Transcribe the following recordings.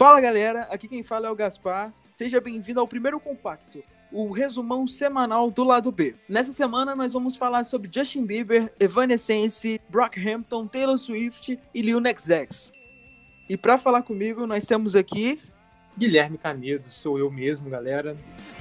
Fala galera, aqui quem fala é o Gaspar. Seja bem-vindo ao primeiro compacto, o resumão semanal do lado B. Nessa semana nós vamos falar sobre Justin Bieber, Evanescence, Brockhampton, Taylor Swift e Lil Nas X. E para falar comigo nós temos aqui Guilherme Canedo, sou eu mesmo, galera.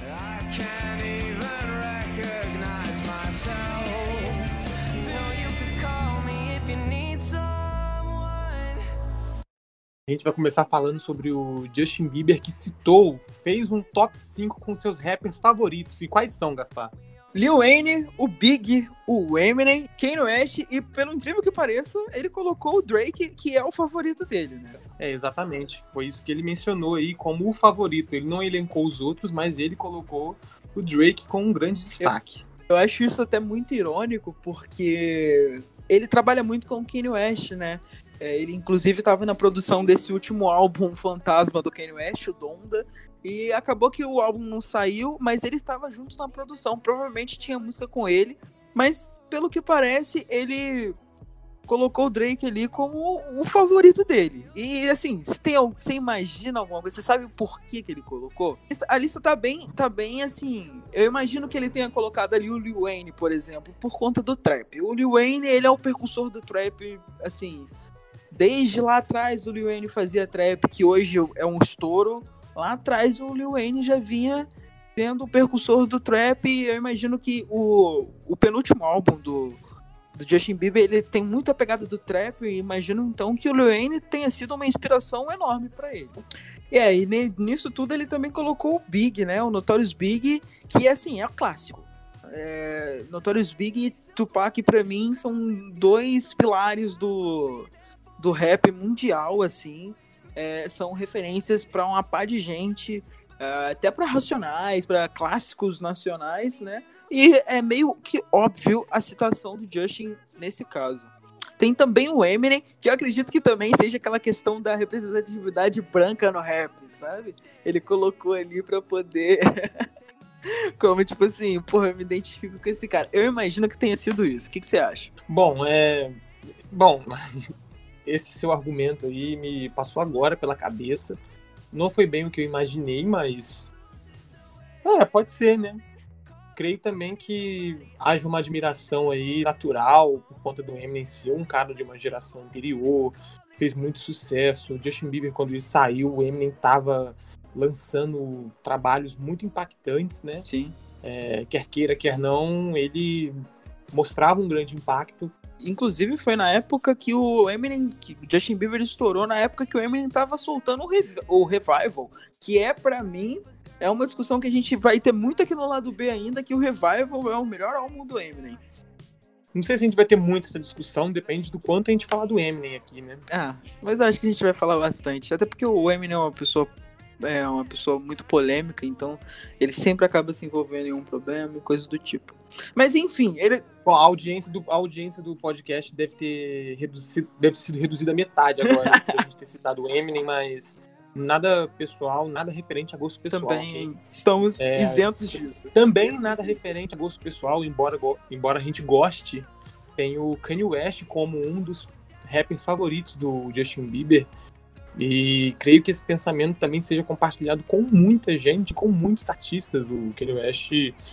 A gente vai começar falando sobre o Justin Bieber, que fez um top 5 com seus rappers favoritos. E quais são, Gaspar? Lil Wayne, o Big, o Eminem, Kanye West e, pelo incrível que pareça, ele colocou o Drake, que é o favorito dele, né? É, exatamente. Foi isso que ele mencionou aí como o favorito. Ele não elencou os outros, mas ele colocou o Drake com um grande destaque. Eu acho isso até muito irônico, porque ele trabalha muito com o Kanye West, né? Ele, inclusive, estava na produção desse último álbum fantasma do Kanye West, o Donda, e acabou que o álbum não saiu, mas ele estava junto na produção. Provavelmente tinha música com ele, mas, pelo que parece, ele colocou o Drake ali como o favorito dele. E, assim, você imagina alguma coisa? Você sabe o porquê que ele colocou? A lista tá bem, assim... Eu imagino que ele tenha colocado ali o Lil Wayne, por exemplo, por conta do trap. O Lil Wayne, ele é o precursor do trap, assim... Desde lá atrás o Lil Wayne fazia trap, que hoje é um estouro. Lá atrás o Lil Wayne já vinha sendo o percussor do trap. E eu imagino que o penúltimo álbum do Justin Bieber, ele tem muita pegada do trap. E imagino então que o Lil Wayne tenha sido uma inspiração enorme para ele. E nisso tudo ele também colocou o Big, né? O Notorious Big, que assim, é o clássico. Notorious Big e Tupac, para mim, são dois pilares do rap mundial, assim, são referências para uma pá de gente, até para Racionais, para clássicos nacionais, né? E é meio que óbvio a citação do Justin nesse caso. Tem também o Eminem, que eu acredito que também seja aquela questão da representatividade branca no rap, sabe? Ele colocou ali para poder... Como, tipo assim, porra, eu me identifico com esse cara. Eu imagino que tenha sido isso. O que você acha? Bom, esse seu argumento aí me passou agora pela cabeça. Não foi bem o que eu imaginei, mas... pode ser, né? Creio também que haja uma admiração aí natural por conta do Eminem ser um cara de uma geração anterior, fez muito sucesso. O Justin Bieber, quando ele saiu, o Eminem tava lançando trabalhos muito impactantes, né? Sim. Quer queira, quer não, ele mostrava um grande impacto. Inclusive foi na época que o Justin Bieber estourou, na época que o Eminem tava soltando o Revival, que pra mim, é uma discussão que a gente vai ter muito aqui no lado B ainda, que o Revival é o melhor álbum do Eminem. Não sei se a gente vai ter muito essa discussão, depende do quanto a gente falar do Eminem aqui, né? Mas acho que a gente vai falar bastante, até porque o Eminem é uma pessoa muito polêmica, então ele sempre acaba se envolvendo em um problema e coisas do tipo. Mas enfim, Bom, a audiência do podcast deve ter sido reduzida à metade agora, por a gente ter citado o Eminem, mas nada pessoal, nada referente a gosto pessoal. Também estamos isentos disso. Também nada referente a gosto pessoal, embora a gente goste, tem o Kanye West como um dos rappers favoritos do Justin Bieber. E creio que esse pensamento também seja compartilhado com muita gente, com muitos artistas. O Kanye West,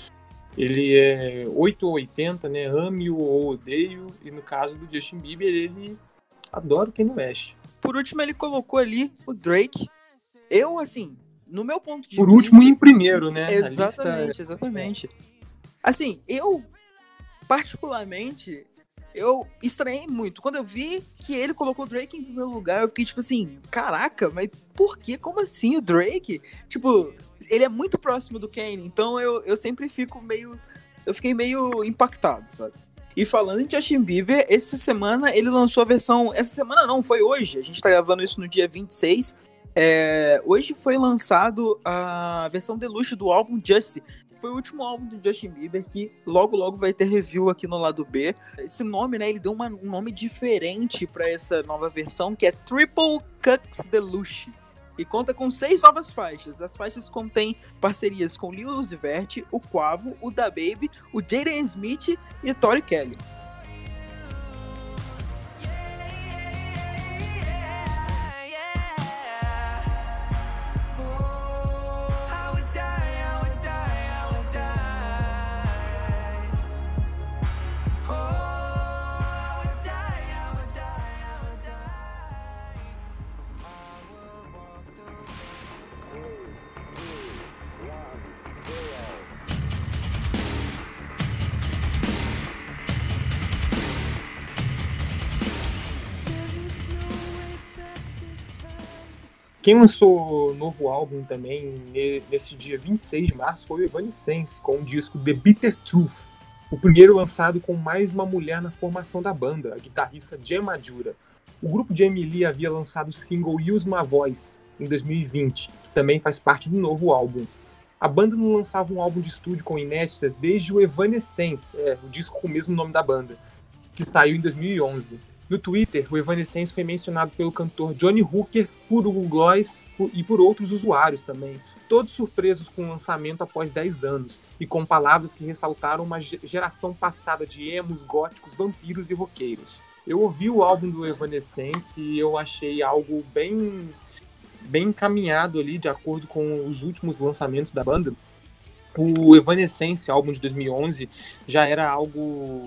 ele é 8 ou 80, né? Ame-o ou odeio. E no caso do Justin Bieber, ele adora o Kanye West. Por último, ele colocou ali o Drake. Eu, assim, no meu ponto de vista... Por último e em primeiro, né? Exatamente. Assim, eu, particularmente... Eu estranhei muito. Quando eu vi que ele colocou o Drake em primeiro lugar, eu fiquei tipo assim, caraca, mas por quê? Como assim o Drake? Tipo, ele é muito próximo do Kanye, então eu sempre fiquei meio impactado, sabe? E falando em Justin Bieber, essa semana ele lançou a versão... Essa semana não, foi hoje. A gente tá gravando isso no dia 26. Hoje foi lançado a versão deluxe do álbum Justice. Foi o último álbum do Justin Bieber, que logo vai ter review aqui no lado B. Esse nome, né, ele deu um nome diferente para essa nova versão, que é Triple Cuts Deluxe. E conta com 6 novas faixas. As faixas contêm parcerias com Lil Uzi Vert, o Quavo, o DaBaby, o Jaden Smith e Tori Kelly. Quem lançou novo álbum também nesse dia 26 de março foi o Evanescence, com o disco The Bitter Truth, o primeiro lançado com mais uma mulher na formação da banda, a guitarrista Jem Majura. O grupo de Emily havia lançado o single Use My Voice em 2020, que também faz parte do novo álbum. A banda não lançava um álbum de estúdio com inéditas desde o Evanescence, o disco com o mesmo nome da banda, que saiu em 2011. No Twitter, o Evanescence foi mencionado pelo cantor Johnny Hooker, por Hugo Gloss e por outros usuários também, todos surpresos com o lançamento após 10 anos, e com palavras que ressaltaram uma geração passada de emos, góticos, vampiros e roqueiros. Eu ouvi o álbum do Evanescence e eu achei algo bem encaminhado ali, de acordo com os últimos lançamentos da banda. O Evanescence, álbum de 2011, já era algo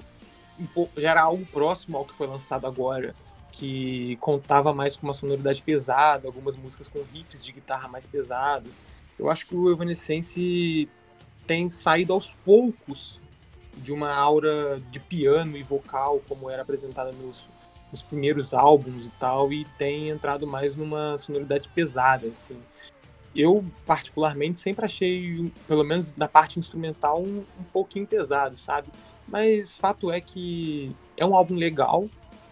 próximo ao que foi lançado agora, que contava mais com uma sonoridade pesada, algumas músicas com riffs de guitarra mais pesados. Eu acho que o Evanescence tem saído aos poucos de uma aura de piano e vocal, como era apresentada nos primeiros álbuns e tal, e tem entrado mais numa sonoridade pesada, assim. Eu, particularmente, sempre achei, pelo menos na parte instrumental, um pouquinho pesado, sabe? Mas fato é que é um álbum legal.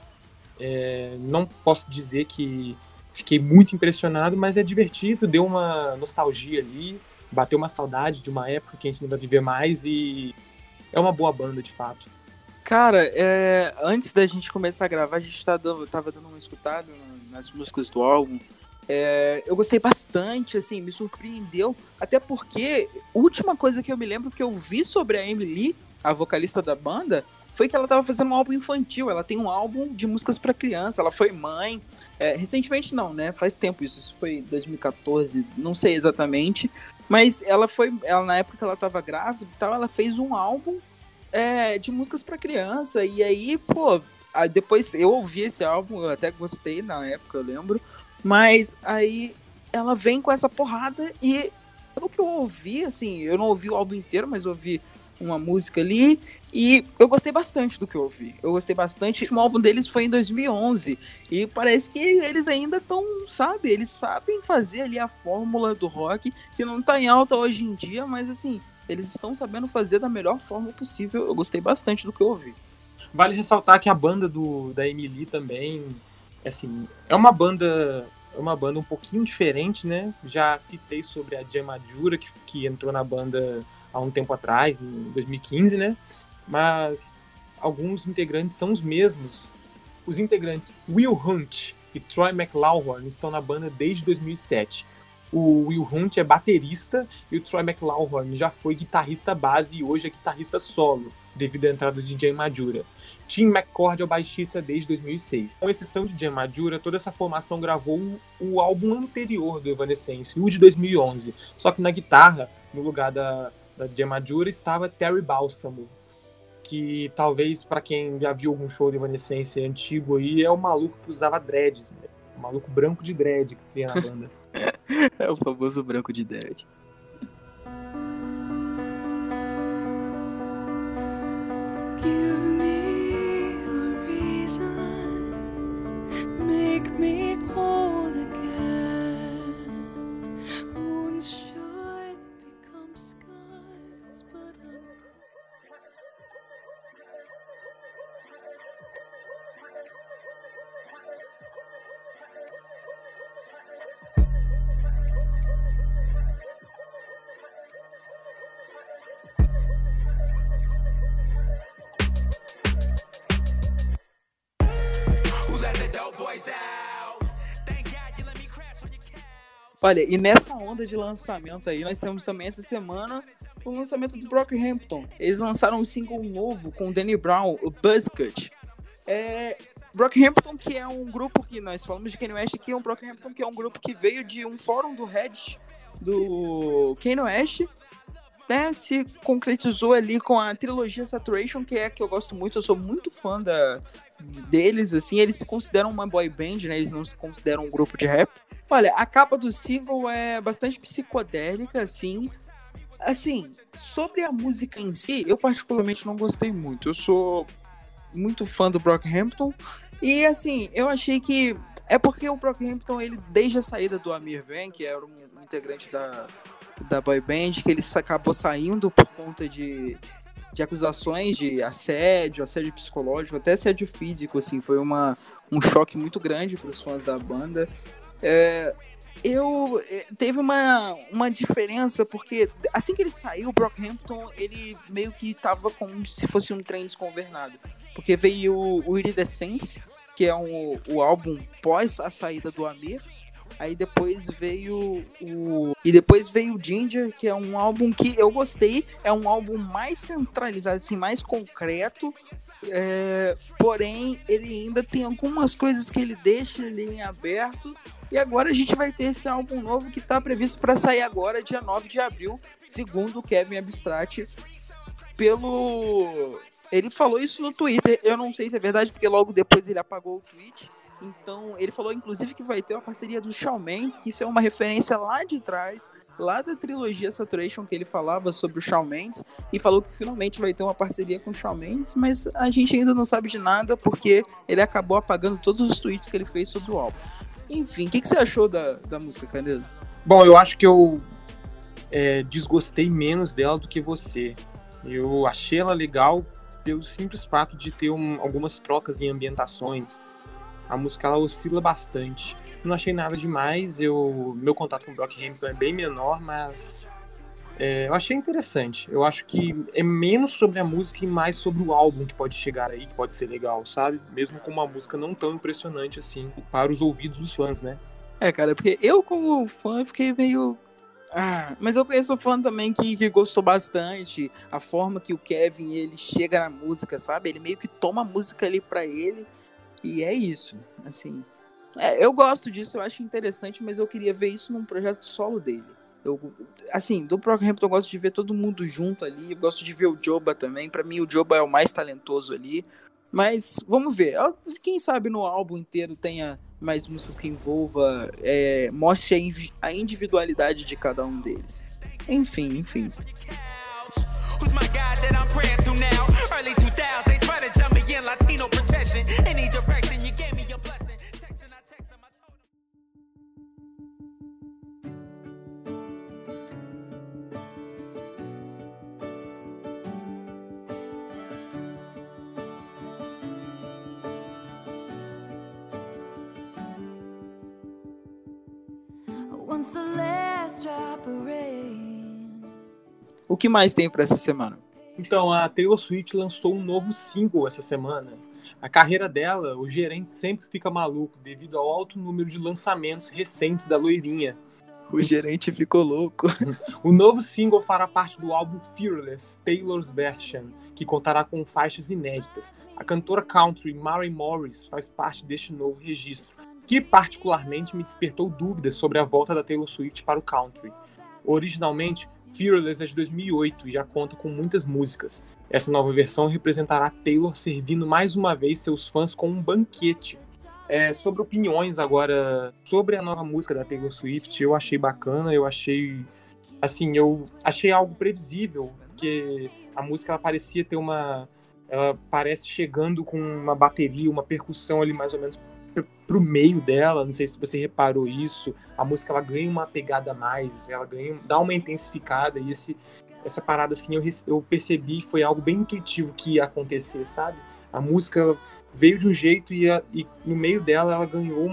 Não posso dizer que fiquei muito impressionado, mas é divertido, deu uma nostalgia ali, bateu uma saudade de uma época que a gente não vai viver mais, e é uma boa banda, de fato. Cara, antes da gente começar a gravar, a gente tava dando uma escutada nas músicas do álbum. Eu gostei bastante, assim, me surpreendeu, até porque a última coisa que eu me lembro que eu vi sobre a Emily, a vocalista da banda, foi que ela tava fazendo um álbum infantil. Ela tem um álbum de músicas para criança, ela foi mãe, recentemente não, né, faz tempo isso foi 2014, não sei exatamente, mas ela na época que ela tava grávida e tal, ela fez um álbum de músicas para criança, e aí, pô, depois eu ouvi esse álbum, eu até gostei na época, eu lembro, mas aí ela vem com essa porrada, e pelo que eu ouvi, assim, eu não ouvi o álbum inteiro, mas ouvi uma música ali, e eu gostei bastante do que eu ouvi. Eu gostei bastante. O último álbum deles foi em 2011, e parece que eles ainda estão, sabe, eles sabem fazer ali a fórmula do rock, que não tá em alta hoje em dia, mas assim, eles estão sabendo fazer da melhor forma possível. Eu gostei bastante do que eu ouvi. Vale ressaltar que a banda da Emily também, assim, é uma banda um pouquinho diferente, né? Já citei sobre a Jem Majura, que entrou na banda há um tempo atrás, em 2015, né? Mas alguns integrantes são os mesmos. Os integrantes Will Hunt e Troy McLawhorn estão na banda desde 2007. O Will Hunt é baterista e o Troy McLawhorn já foi guitarrista base e hoje é guitarrista solo, devido à entrada de Jem Majura. Tim McCord é o baixista desde 2006. Com exceção de Jem Majura, toda essa formação gravou o álbum anterior do Evanescence, o de 2011. Só que na guitarra, no lugar da Jem Majura, estava Terry Balsamo, que talvez, para quem já viu algum show do Evanescence antigo aí, é o maluco que usava dreads, né? O maluco branco de dread que tinha na banda. É o famoso branco de dread. Give me a reason, make me whole again. Wounds should become scars, but Olha, e nessa onda de lançamento aí, nós temos também essa semana o lançamento do Brockhampton. Eles lançaram um single novo com o Danny Brown, o Buzzcut. Brockhampton, que é um grupo que nós falamos de Kanye West, que é um Brockhampton, que é um grupo que veio de um fórum do Reddit do Kanye West, né, se concretizou ali com a trilogia Saturation, que eu gosto muito, eu sou muito fã deles, assim, eles se consideram uma boy band, né, eles não se consideram um grupo de rap. Olha, a capa do single é bastante psicodélica, assim, sobre a música em si, eu particularmente não gostei muito, eu sou muito fã do Brockhampton, e assim, eu achei que É porque o Brockhampton, ele, desde a saída do Amir Van, que era um integrante da boy band, que ele acabou saindo por conta de acusações de assédio psicológico, até assédio físico, assim, foi um choque muito grande para os fãs da banda. Teve uma diferença, porque assim que ele saiu, o Brockhampton, ele meio que tava como se fosse um trem desgovernado, porque veio o Iridescence, que é o álbum pós a saída do Amir. Aí depois veio o Ginger, que é um álbum que eu gostei. É um álbum mais centralizado, assim, mais concreto. Porém, ele ainda tem algumas coisas que ele deixa ali em aberto. E agora a gente vai ter esse álbum novo que está previsto para sair agora, dia 9 de abril, segundo o Kevin Abstract. Ele falou isso no Twitter. Eu não sei se é verdade, porque logo depois ele apagou o tweet. Então, ele falou, inclusive, que vai ter uma parceria do Shawn Mendes, que isso é uma referência lá de trás, lá da trilogia Saturation, que ele falava sobre o Shawn Mendes, e falou que finalmente vai ter uma parceria com o Shawn Mendes, mas a gente ainda não sabe de nada, porque ele acabou apagando todos os tweets que ele fez sobre o álbum. Enfim, o que você achou da música, Canedo? Bom, eu acho que eu desgostei menos dela do que você. Eu achei ela legal pelo simples fato de ter algumas trocas em ambientações. A música, ela oscila bastante. Não achei nada demais. Meu contato com o Brockhampton é bem menor, mas eu achei interessante. Eu acho que é menos sobre a música e mais sobre o álbum que pode chegar aí, que pode ser legal, sabe? Mesmo com uma música não tão impressionante assim para os ouvidos dos fãs, né? Cara, porque eu, como fã, fiquei meio... mas eu conheço um fã também que gostou bastante. A forma que o Kevin, ele chega na música, sabe? Ele meio que toma a música ali pra ele. E é isso, assim. Eu gosto disso, eu acho interessante, mas eu queria ver isso num projeto solo dele. Do Brockhampton eu gosto de ver todo mundo junto ali, eu gosto de ver o Joba também. Pra mim o Joba é o mais talentoso ali. Mas vamos ver, quem sabe no álbum inteiro tenha mais músicas que envolva, mostre a individualidade de cada um deles. Enfim. Who's my God that I'm praying to now? Early 2000s, they try to jump me in Latino protection. Any direction, you gave me your blessing. Texting, I text him, I told him. Once the last drop of rain. O que mais tem pra essa semana? Então, a Taylor Swift lançou um novo single essa semana. A carreira dela, o gerente sempre fica maluco devido ao alto número de lançamentos recentes da loirinha. O gerente ficou louco. O novo single fará parte do álbum Fearless, Taylor's Version, que contará com faixas inéditas. A cantora country Mary Morris faz parte deste novo registro, que particularmente me despertou dúvidas sobre a volta da Taylor Swift para o country. Originalmente, Fearless é de 2008 e já conta com muitas músicas. Essa nova versão representará Taylor servindo mais uma vez seus fãs com um banquete. Sobre opiniões agora sobre a nova música da Taylor Swift, eu achei bacana, eu achei algo previsível, porque a música ela parecia ter ela parece chegando com uma bateria, uma percussão ali mais ou menos pro meio dela, não sei se você reparou isso, a música ela ganha uma pegada a mais, ela dá uma intensificada, e essa parada assim eu percebi, foi algo bem intuitivo que ia acontecer, sabe? A música ela veio de um jeito e no meio dela ela ganhou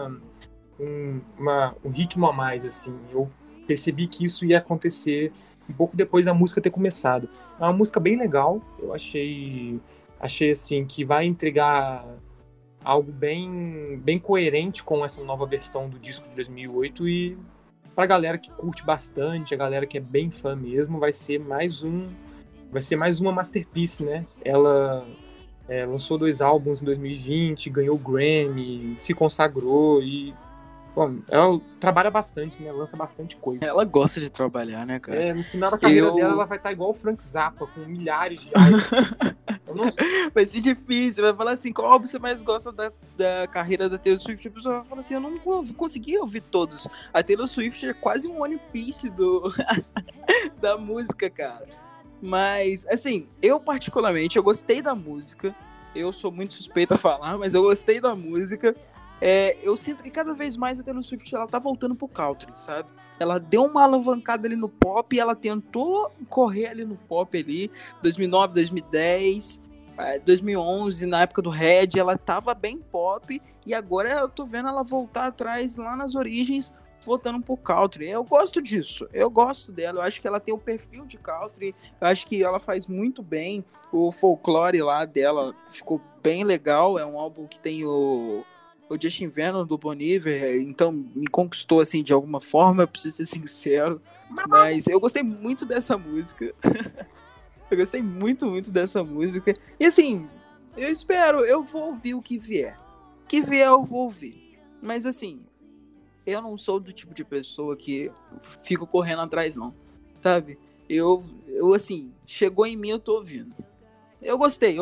um ritmo a mais, assim, eu percebi que isso ia acontecer um pouco depois da música ter começado. É uma música bem legal, eu achei assim, que vai entregar algo bem, bem coerente com essa nova versão do disco de 2008 e pra galera que curte bastante, a galera que é bem fã mesmo, vai ser mais uma masterpiece, né? Ela lançou 2 álbuns em 2020, ganhou o Grammy, se consagrou e bom, ela trabalha bastante, né? Lança bastante coisa. Ela gosta de trabalhar, né, cara? No final da carreira dela, ela vai estar igual o Frank Zappa, com milhares de álbuns. Vai ser difícil, vai falar assim, qual álbum você mais gosta da carreira da Taylor Swift? A pessoa vai falar assim, eu não consegui ouvir todos. A Taylor Swift é quase um One Piece da música, cara. Mas, assim, eu particularmente, eu gostei da música. Eu sou muito suspeito a falar, mas eu gostei da música. Eu sinto que cada vez mais a Taylor Swift ela tá voltando pro country, sabe? Ela deu uma alavancada ali no pop e ela tentou correr ali no pop ali, 2009, 2010, 2011, na época do Red, ela tava bem pop e agora eu tô vendo ela voltar atrás lá nas origens, voltando pro country. Eu gosto disso, eu gosto dela, eu acho que ela tem o perfil de country, eu acho que ela faz muito bem, o folclore lá dela ficou bem legal, é um álbum que tem o Justin Vernon do Bon Iver, então me conquistou assim de alguma forma, eu preciso ser sincero, mas eu gostei muito dessa música. Eu gostei muito, muito dessa música. E assim, eu vou ouvir o que vier. O que vier eu vou ouvir. Mas assim, eu não sou do tipo de pessoa que fico correndo atrás não, sabe? Eu assim, chegou em mim, eu tô ouvindo. Eu gostei.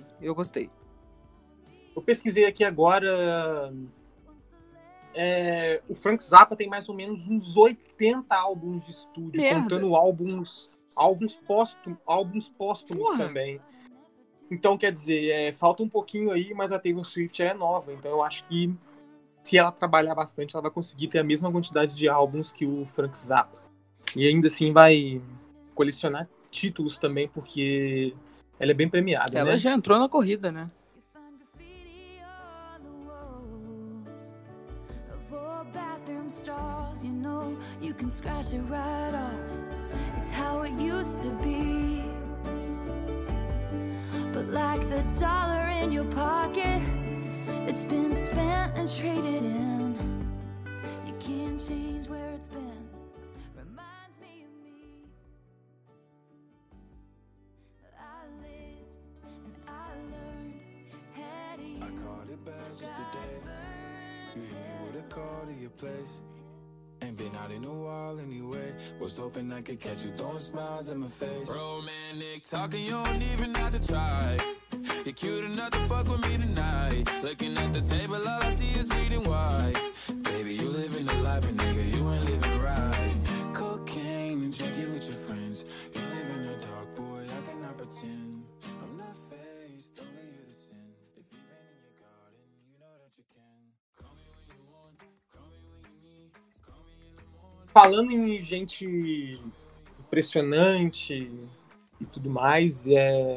Eu pesquisei aqui agora. O Frank Zappa tem mais ou menos uns 80 álbuns de estúdio, Merda. contando álbuns póstumos Porra. também. Então, quer dizer, falta um pouquinho aí, mas a Taylor Swift é nova. Então, eu acho que se ela trabalhar bastante, ela vai conseguir ter a mesma quantidade de álbuns que o Frank Zappa. E ainda assim vai colecionar títulos também, porque ela é bem premiada, Ela né? já entrou na corrida, né? Stars, you know, you can scratch it right off. It's how it used to be. But like the dollar in your pocket, it's been spent and traded in. You can't change where it's been. Reminds me of me. I lived and I learned. Had you. I caught it bad just today. You hit me with a call to your place. Ain't been out in a while anyway. Was hoping I could catch you throwing smiles in my face. Romantic talking, you don't even have to try. You're cute enough to fuck with me tonight. Looking at the table, all I see is bleeding white. Baby, you living the life, and nigga, you ain't living right. Cocaine and drinking with your friends. You live in the dark, boy, I cannot pretend. I'm not faced, only you to sin. If you've been in your garden, you know that you can. Call me when you want, call me when you need. Call me in the morning. Falando em gente impressionante e tudo mais,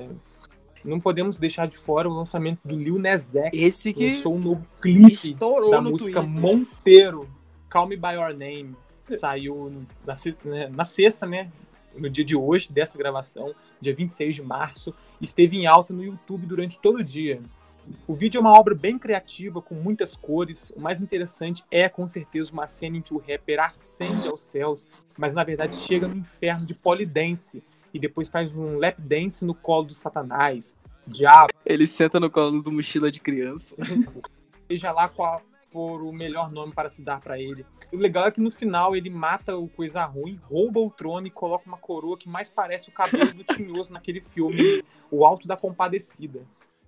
não podemos deixar de fora o lançamento do Lil Nas X. Esse que Lançou um novo clipe estourou da no música Twitter. Monteiro, Call Me By Your Name. Saiu na sexta, né? No dia de hoje, dessa gravação, dia 26 de março. Esteve em alta no YouTube durante todo o dia. O vídeo é uma obra bem criativa, com muitas cores. O mais interessante é, com certeza, uma cena em que o rapper ascende aos céus, mas na verdade chega no inferno de polidense e depois faz um lap dance no colo do Satanás, diabo, Ele senta no colo do mochila de criança. seja lá qual for o melhor nome para se dar para ele. O legal é que no final ele mata o coisa ruim, rouba o trono e coloca uma coroa que mais parece o cabelo do Tinhoso naquele filme, O Alto da Compadecida.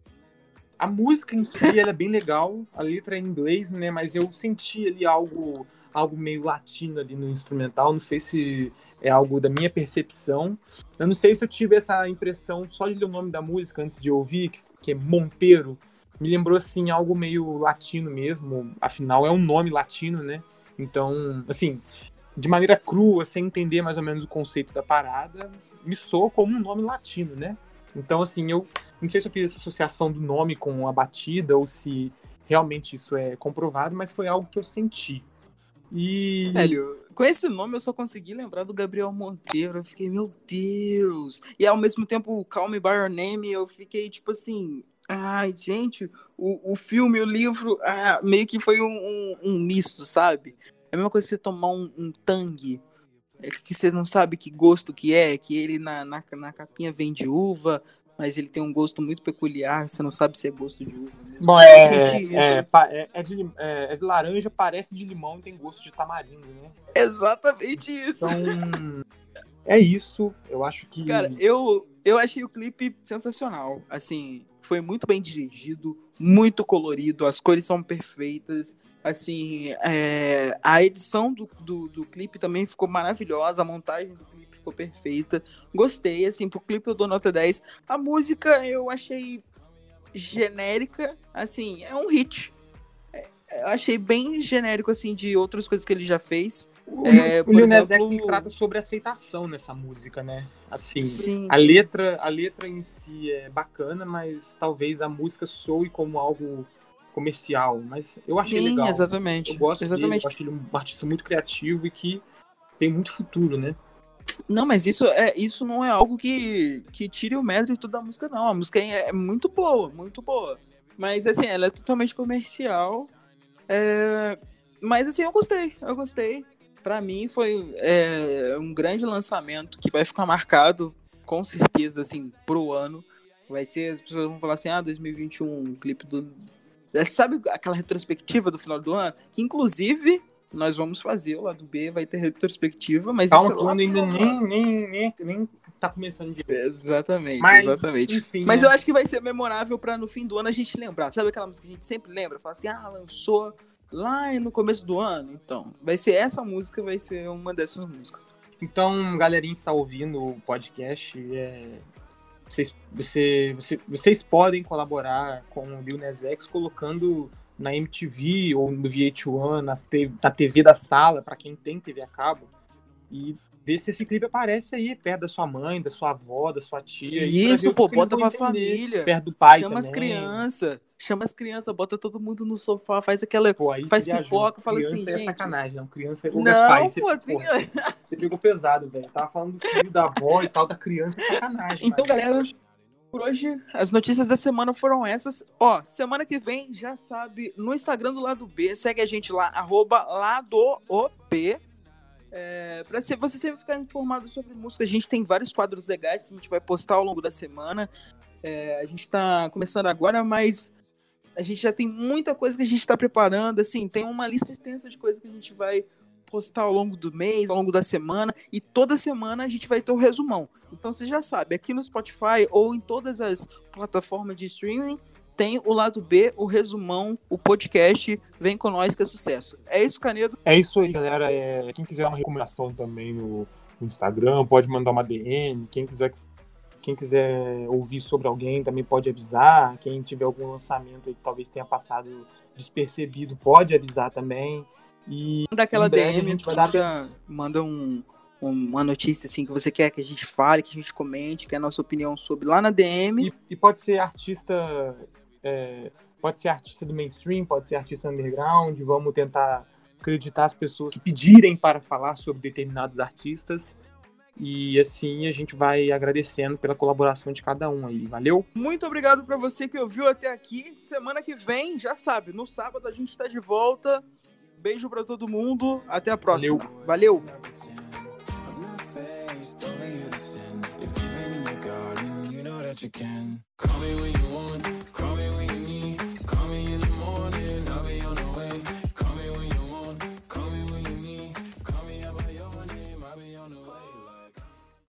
A música em si ela é bem legal, a letra é em inglês, né? Mas eu senti ali algo meio latino ali no instrumental. Não sei se é algo da minha percepção. Eu não sei se eu tive essa impressão só de ler o nome da música antes de ouvir, que é Monteiro. Me lembrou assim algo meio latino mesmo. Afinal é um nome latino, né? Então, assim, de maneira crua, sem entender mais ou menos o conceito da parada, me soa como um nome latino, né? Então, assim, eu não sei se eu fiz essa associação do nome com a batida ou se realmente isso é comprovado, mas foi algo que eu senti. E Velho, com esse nome eu só consegui lembrar do Gabriel Monteiro. Eu fiquei, meu Deus. E ao mesmo tempo, o Call Me By Your Name, eu fiquei tipo assim... Ai, gente, o filme, o livro, meio que foi um misto, sabe? É a mesma coisa que você tomar um tangue, que você não sabe que gosto que é, que ele na capinha vem de uva, mas ele tem um gosto muito peculiar, você não sabe se é gosto de uva mesmo. bom, Eu senti isso. é de laranja, parece de limão e tem gosto de tamarindo, né? Exatamente isso. Então, é isso. Eu acho que... Cara, eu achei o clipe sensacional. Assim, foi muito bem dirigido, muito colorido, as cores são perfeitas. Assim, a edição do clipe também ficou maravilhosa, a montagem do clipe ficou perfeita. Gostei, assim, pro clipe eu dou nota 10. A música eu achei genérica, assim, é um hit. eu achei bem genérico, assim, de outras coisas que ele já fez. O Por Lil Nas X exemplo- ele trata sobre aceitação nessa música, né? Assim, Sim. a letra em si é bacana, mas talvez a música soe como algo comercial. Mas eu achei Sim, legal. exatamente. Eu gosto dele, Exatamente. eu acho ele um artista muito criativo e que tem muito futuro, né? Não, mas isso não é algo que tire o mérito da música, não. A música é muito boa, muito boa. Mas, assim, ela é totalmente comercial. Mas, assim, eu gostei. Pra mim, foi um grande lançamento que vai ficar marcado, com certeza, assim, pro ano. Vai ser, as pessoas vão falar assim, 2021, um clipe do... Sabe aquela retrospectiva do final do ano? Que, inclusive, nós vamos fazer, o lado B vai ter retrospectiva, mas Calma isso é que o lá ano no ainda final do ano. nem tá começando direito. Exatamente, Mas, exatamente. enfim, Mas né? eu acho que vai ser memorável pra no fim do ano a gente lembrar. Sabe aquela música que a gente sempre lembra? Fala assim, lançou lá no começo do ano. Então, vai ser essa música, vai ser uma dessas músicas. Então, galerinha que tá ouvindo o podcast, vocês podem colaborar com o Lil Nas X colocando na MTV ou no VH1, na TV da sala, pra quem tem TV a cabo, e ver se esse clipe aparece aí, perto da sua mãe, da sua avó, da sua tia. E pra ver Isso, o pô, que eles bota vão pra entender. família. Perto do pai Chama também. chama as crianças, bota todo mundo no sofá, faz aquela. Pô, aí Faz você viajou. pipoca, fala assim, Criança é gente. sacanagem, não. Criança ou é Não, pai. pô, tem. Você pegou pesado, velho. Tava falando do filho, da avó e tal, da criança é sacanagem. Então, mano. galera, por hoje, as notícias da semana foram essas. Ó, semana que vem, já sabe, no Instagram do Lado B, segue a gente lá, @LadoOP. Pra você sempre ficar informado sobre música. A gente tem vários quadros legais que a gente vai postar ao longo da semana. A gente tá começando agora, mas a gente já tem muita coisa que a gente tá preparando. Assim, tem uma lista extensa de coisas que a gente vai postar ao longo do mês, ao longo da semana, e toda semana a gente vai ter o resumão. Então você já sabe, aqui no Spotify ou em todas as plataformas de streaming, tem o Lado B, o resumão, o podcast, vem com nós que é sucesso. É isso, Canedo? É isso aí, galera. Quem quiser uma recomendação também no Instagram, pode mandar uma DM. Quem quiser ouvir sobre alguém também pode avisar. Quem tiver algum lançamento aí que talvez tenha passado despercebido, pode avisar também. E Manda aquela em breve a DM, gente vai dar manda uma notícia assim que você quer que a gente fale, que a gente comente, que é a nossa opinião sobre lá na DM. E pode ser artista, pode ser artista do mainstream, pode ser artista underground. Vamos tentar acreditar as pessoas que pedirem para falar sobre determinados artistas. E assim a gente vai agradecendo pela colaboração de cada um aí. Valeu? Muito obrigado pra você que ouviu até aqui. Semana que vem, já sabe, no sábado a gente tá de volta. Beijo pra todo mundo. Até a próxima. Valeu. I'm not faced, only you to sin. If you've been in your garden, you know that you can.